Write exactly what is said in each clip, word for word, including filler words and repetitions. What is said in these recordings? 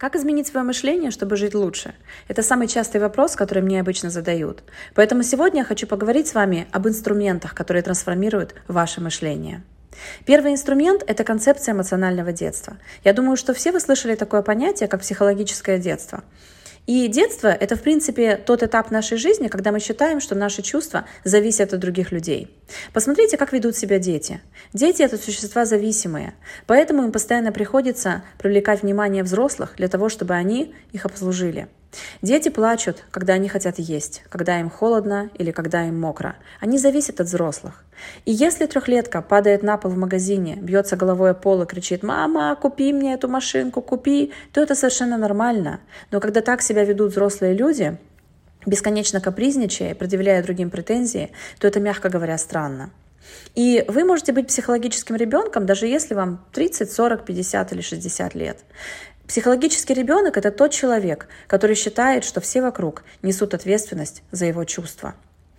Как изменить свое мышление, чтобы жить лучше? Это самый частый вопрос, который мне обычно задают. Поэтому сегодня я хочу поговорить с вами об инструментах, которые трансформируют ваше мышление. Первый инструмент – это концепция эмоционального детства. Я думаю, что все вы слышали такое понятие, как психологическое детство. И детство – это, в принципе, тот этап нашей жизни, когда мы считаем, что наши чувства зависят от других людей. Посмотрите, как ведут себя дети. Дети – это существа зависимые, поэтому им постоянно приходится привлекать внимание взрослых для того, чтобы они их обслужили. Дети плачут, когда они хотят есть, когда им холодно или когда им мокро. Они зависят от взрослых. И если трехлетка падает на пол в магазине, бьется головой о пол и кричит «Мама, купи мне эту машинку, купи», то это совершенно нормально. Но когда так себя ведут взрослые люди, бесконечно капризничая и предъявляя другим претензии, то это, мягко говоря, странно. И вы можете быть психологическим ребенком, даже если вам тридцать, сорок, пятьдесят или шестьдесят лет. Психологический ребенок – это тот человек, который считает, что все вокруг несут ответственность за его чувства.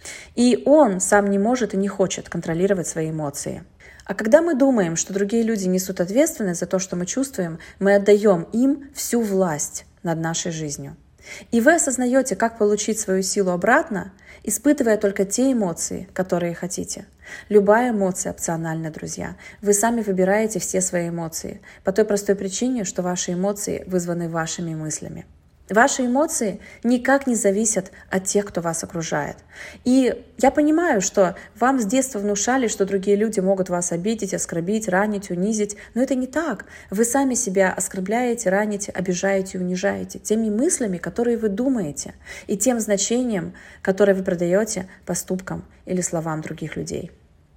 И он сам не может и не хочет контролировать свои эмоции. А когда мы думаем, что другие люди несут ответственность за то, что мы чувствуем, мы отдаем им всю власть над нашей жизнью. И вы осознаете, как получить свою силу обратно, испытывая только те эмоции, которые хотите. Любая эмоция опциональна, друзья. Вы сами выбираете все свои эмоции, по той простой причине, что ваши эмоции вызваны вашими мыслями. Ваши эмоции никак не зависят от тех, кто вас окружает. И я понимаю, что вам с детства внушали, что другие люди могут вас обидеть, оскорбить, ранить, унизить. Но это не так. Вы сами себя оскорбляете, раните, обижаете, унижаете теми мыслями, которые вы думаете, и тем значением, которое вы придаете поступкам или словам других людей.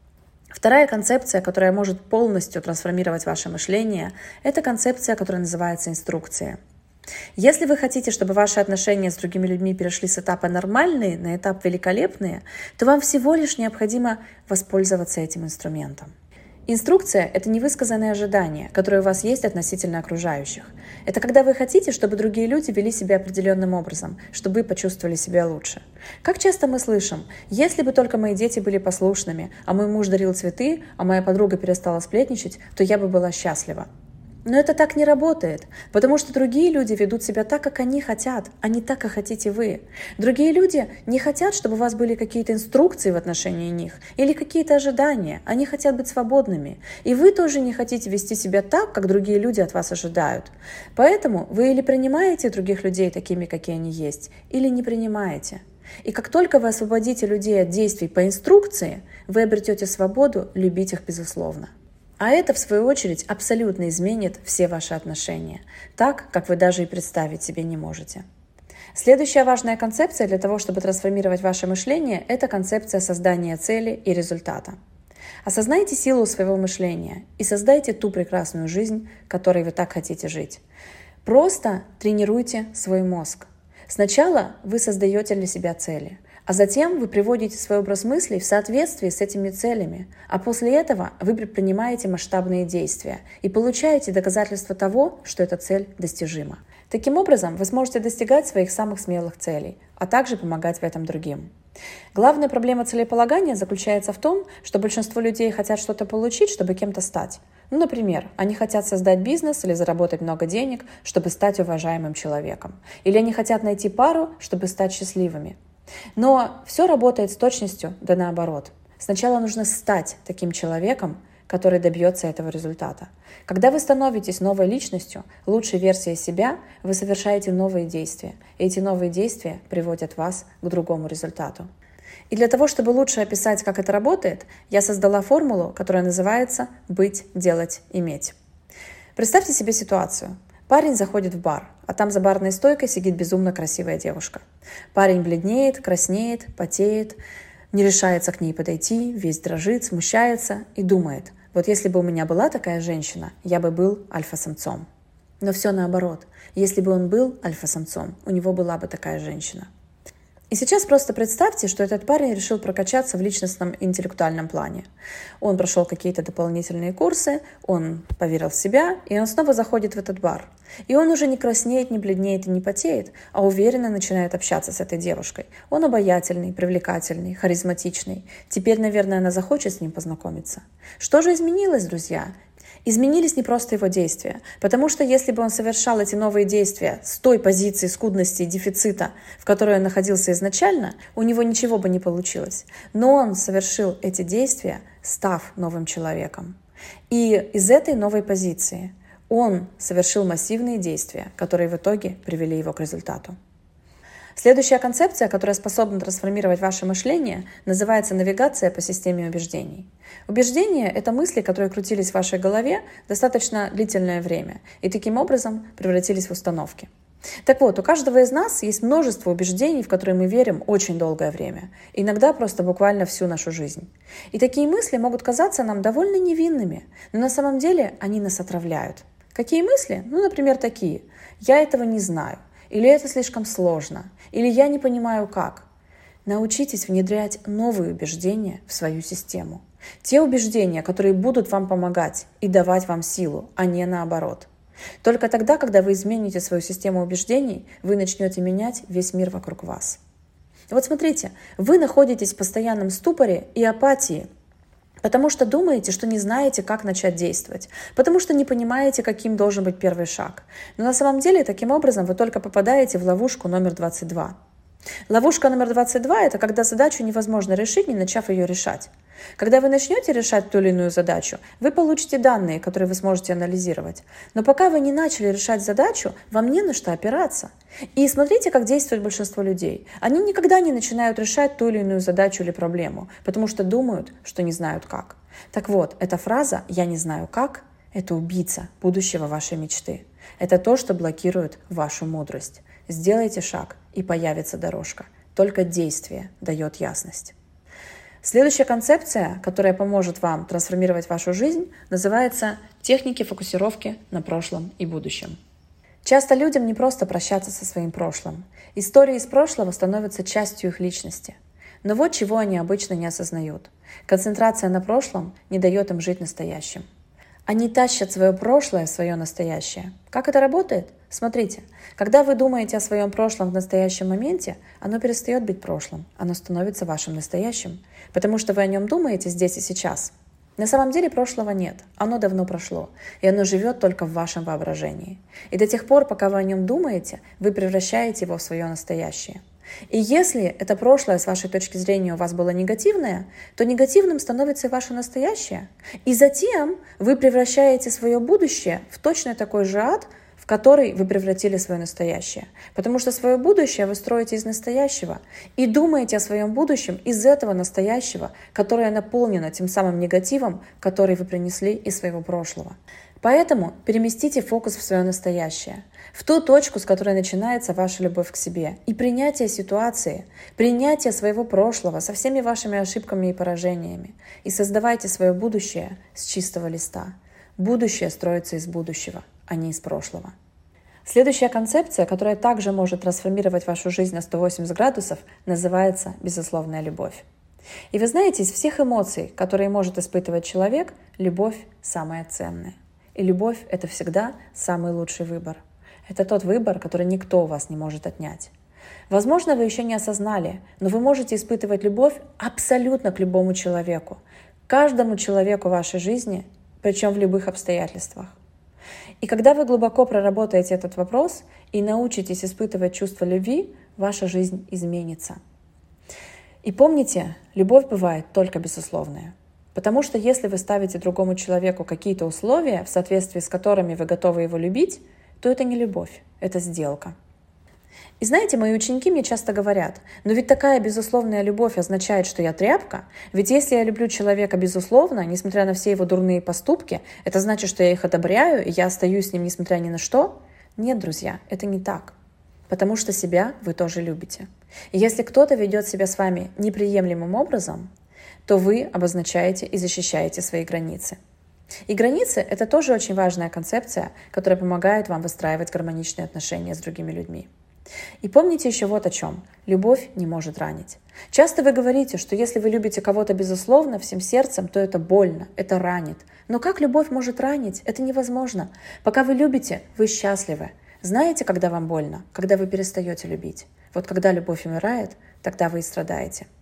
Вторая концепция, которая может полностью трансформировать ваше мышление, это концепция, которая называется инструкция. Если вы хотите, чтобы ваши отношения с другими людьми перешли с этапа «нормальные» на этап «великолепные», то вам всего лишь необходимо воспользоваться этим инструментом. Инструкция – это невысказанные ожидания, которые у вас есть относительно окружающих. Это когда вы хотите, чтобы другие люди вели себя определенным образом, чтобы вы почувствовали себя лучше. Как часто мы слышим: «Если бы только мои дети были послушными, а мой муж дарил цветы, а моя подруга перестала сплетничать, то я бы была счастлива». Но это так не работает, потому что другие люди ведут себя так, как они хотят, а не так, как хотите вы. Другие люди не хотят, чтобы у вас были какие-то инструкции в отношении них или какие-то ожидания. Они хотят быть свободными. И вы тоже не хотите вести себя так, как другие люди от вас ожидают. Поэтому вы или принимаете других людей такими, какие они есть, или не принимаете. И как только вы освободите людей от действий по инструкции, вы обретете свободу любить их безусловно. А это, в свою очередь, абсолютно изменит все ваши отношения, так, как вы даже и представить себе не можете. Следующая важная концепция для того, чтобы трансформировать ваше мышление, это концепция создания цели и результата. Осознайте силу своего мышления и создайте ту прекрасную жизнь, которой вы так хотите жить. Просто тренируйте свой мозг. Сначала вы создаете для себя цели, а затем вы приводите свой образ мыслей в соответствии с этими целями, а после этого вы предпринимаете масштабные действия и получаете доказательства того, что эта цель достижима. Таким образом, вы сможете достигать своих самых смелых целей, а также помогать в этом другим. Главная проблема целеполагания заключается в том, что большинство людей хотят что-то получить, чтобы кем-то стать. Ну, например, они хотят создать бизнес или заработать много денег, чтобы стать уважаемым человеком. Или они хотят найти пару, чтобы стать счастливыми. Но все работает с точностью да наоборот. Сначала нужно стать таким человеком, который добьется этого результата. Когда вы становитесь новой личностью, лучшей версией себя, вы совершаете новые действия. И эти новые действия приводят вас к другому результату. И для того, чтобы лучше описать, как это работает, я создала формулу, которая называется «быть, делать, иметь». Представьте себе ситуацию. Парень заходит в бар, а там за барной стойкой сидит безумно красивая девушка. Парень бледнеет, краснеет, потеет, не решается к ней подойти, весь дрожит, смущается и думает: вот если бы у меня была такая женщина, я бы был альфа-самцом. Но все наоборот. Если бы он был альфа-самцом, у него была бы такая женщина. И сейчас просто представьте, что этот парень решил прокачаться в личностном и интеллектуальном плане. Он прошел какие-то дополнительные курсы, он поверил в себя, и он снова заходит в этот бар. И он уже не краснеет, не бледнеет и не потеет, а уверенно начинает общаться с этой девушкой. Он обаятельный, привлекательный, харизматичный. Теперь, наверное, она захочет с ним познакомиться. Что же изменилось, друзья? Изменились не просто его действия, потому что если бы он совершал эти новые действия с той позиции скудности и дефицита, в которой он находился изначально, у него ничего бы не получилось. Но он совершил эти действия, став новым человеком. И из этой новой позиции он совершил массивные действия, которые в итоге привели его к результату. Следующая концепция, которая способна трансформировать ваше мышление, называется навигация по системе убеждений. Убеждения — это мысли, которые крутились в вашей голове достаточно длительное время и таким образом превратились в установки. Так вот, у каждого из нас есть множество убеждений, в которые мы верим очень долгое время, иногда просто буквально всю нашу жизнь. И такие мысли могут казаться нам довольно невинными, но на самом деле они нас отравляют. Какие мысли? Ну, например, такие: «Я этого не знаю», или «это слишком сложно», или «я не понимаю как». Научитесь внедрять новые убеждения в свою систему. Те убеждения, которые будут вам помогать и давать вам силу, а не наоборот. Только тогда, когда вы измените свою систему убеждений, вы начнете менять весь мир вокруг вас. Вот смотрите, вы находитесь в постоянном ступоре и апатии, потому что думаете, что не знаете, как начать действовать, потому что не понимаете, каким должен быть первый шаг. Но на самом деле, таким образом, вы только попадаете в ловушку номер двадцать два. Ловушка номер двадцать два – это когда задачу невозможно решить, не начав ее решать. Когда вы начнете решать ту или иную задачу, вы получите данные, которые вы сможете анализировать. Но пока вы не начали решать задачу, вам не на что опираться. И смотрите, как действует большинство людей. Они никогда не начинают решать ту или иную задачу или проблему, потому что думают, что не знают как. Так вот, эта фраза «я не знаю как» – это убийца будущего вашей мечты. Это то, что блокирует вашу мудрость. Сделайте шаг, и появится дорожка. Только действие дает ясность. Следующая концепция, которая поможет вам трансформировать вашу жизнь, называется «техники фокусировки на прошлом и будущем». Часто людям не просто прощаться со своим прошлым. Истории из прошлого становятся частью их личности. Но вот чего они обычно не осознают. Концентрация на прошлом не дает им жить настоящим. Они тащат свое прошлое в свое настоящее. Как это работает? Смотрите, когда вы думаете о своем прошлом в настоящем моменте, оно перестает быть прошлым, оно становится вашим настоящим, потому что вы о нем думаете здесь и сейчас. На самом деле прошлого нет, оно давно прошло, и оно живет только в вашем воображении. И до тех пор, пока вы о нем думаете, вы превращаете его в свое настоящее. И если это прошлое, с вашей точки зрения, у вас было негативное, то негативным становится и ваше настоящее. И затем вы превращаете свое будущее в точно такой же ад, в который вы превратили свое настоящее. Потому что свое будущее вы строите из настоящего и думаете о своем будущем из этого настоящего, которое наполнено тем самым негативом, который вы принесли из своего прошлого. Поэтому переместите фокус в свое настоящее, в ту точку, с которой начинается ваша любовь к себе, и принятие ситуации, принятие своего прошлого со всеми вашими ошибками и поражениями, и создавайте свое будущее с чистого листа. Будущее строится из будущего, а не из прошлого. Следующая концепция, которая также может трансформировать вашу жизнь на сто восемьдесят градусов, называется безусловная любовь. И вы знаете, из всех эмоций, которые может испытывать человек, любовь самая ценная. И любовь — это всегда самый лучший выбор. Это тот выбор, который никто у вас не может отнять. Возможно, вы еще не осознали, но вы можете испытывать любовь абсолютно к любому человеку, каждому человеку в вашей жизни, причем в любых обстоятельствах. И когда вы глубоко проработаете этот вопрос и научитесь испытывать чувство любви, ваша жизнь изменится. И помните, любовь бывает только безусловная. Потому что если вы ставите другому человеку какие-то условия, в соответствии с которыми вы готовы его любить, то это не любовь, это сделка. И знаете, мои ученики мне часто говорят: но ведь такая безусловная любовь означает, что я тряпка. Ведь если я люблю человека безусловно, несмотря на все его дурные поступки, это значит, что я их одобряю, и я остаюсь с ним, несмотря ни на что? Нет, друзья, это не так. Потому что себя вы тоже любите. И если кто-то ведет себя с вами неприемлемым образом, то вы обозначаете и защищаете свои границы. И границы — это тоже очень важная концепция, которая помогает вам выстраивать гармоничные отношения с другими людьми. И помните еще вот о чем. Любовь не может ранить. Часто вы говорите, что если вы любите кого-то безусловно, всем сердцем, то это больно, это ранит. Но как любовь может ранить? Это невозможно. Пока вы любите, вы счастливы. Знаете, когда вам больно? Когда вы перестаете любить. Вот когда любовь умирает, тогда вы и страдаете.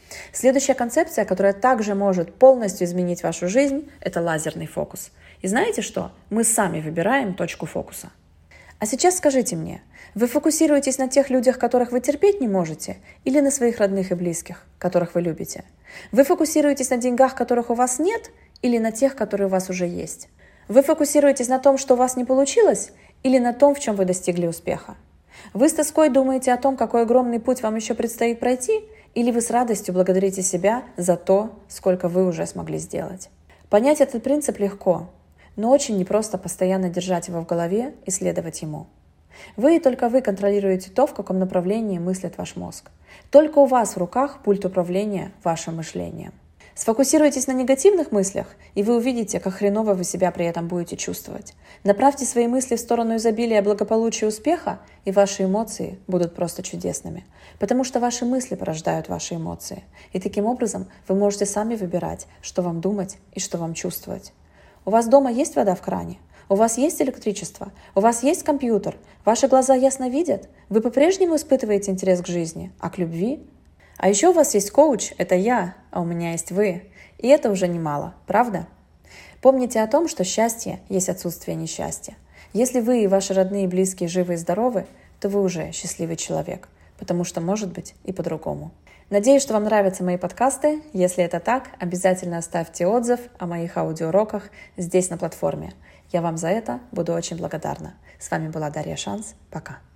Следующая концепция, которая также может полностью изменить вашу жизнь, это лазерный фокус. И знаете что? Мы сами выбираем точку фокуса. А сейчас скажите мне, вы фокусируетесь на тех людях, которых вы терпеть не можете, или на своих родных и близких, которых вы любите? Вы фокусируетесь на деньгах, которых у вас нет, или на тех, которые у вас уже есть? Вы фокусируетесь на том, что у вас не получилось, или на том, в чем вы достигли успеха? Вы с тоской думаете о том, какой огромный путь вам еще предстоит пройти, или вы с радостью благодарите себя за то, сколько вы уже смогли сделать? Понять этот принцип легко, но очень непросто постоянно держать его в голове и следовать ему. Вы и только вы контролируете то, в каком направлении мыслит ваш мозг. Только у вас в руках пульт управления вашим мышлением. Сфокусируйтесь на негативных мыслях, и вы увидите, как хреново вы себя при этом будете чувствовать. Направьте свои мысли в сторону изобилия, благополучия и успеха, и ваши эмоции будут просто чудесными. Потому что ваши мысли порождают ваши эмоции. И таким образом вы можете сами выбирать, что вам думать и что вам чувствовать. У вас дома есть вода в кране? У вас есть электричество? У вас есть компьютер? Ваши глаза ясно видят? Вы по-прежнему испытываете интерес к жизни, а к любви? А еще у вас есть коуч, это я, а у меня есть вы. И это уже немало, правда? Помните о том, что счастье есть отсутствие несчастья. Если вы и ваши родные и близкие живы и здоровы, то вы уже счастливый человек, потому что может быть и по-другому. Надеюсь, что вам нравятся мои подкасты. Если это так, обязательно оставьте отзыв о моих аудиоуроках здесь на платформе. Я вам за это буду очень благодарна. С вами была Дарья Шанс. Пока.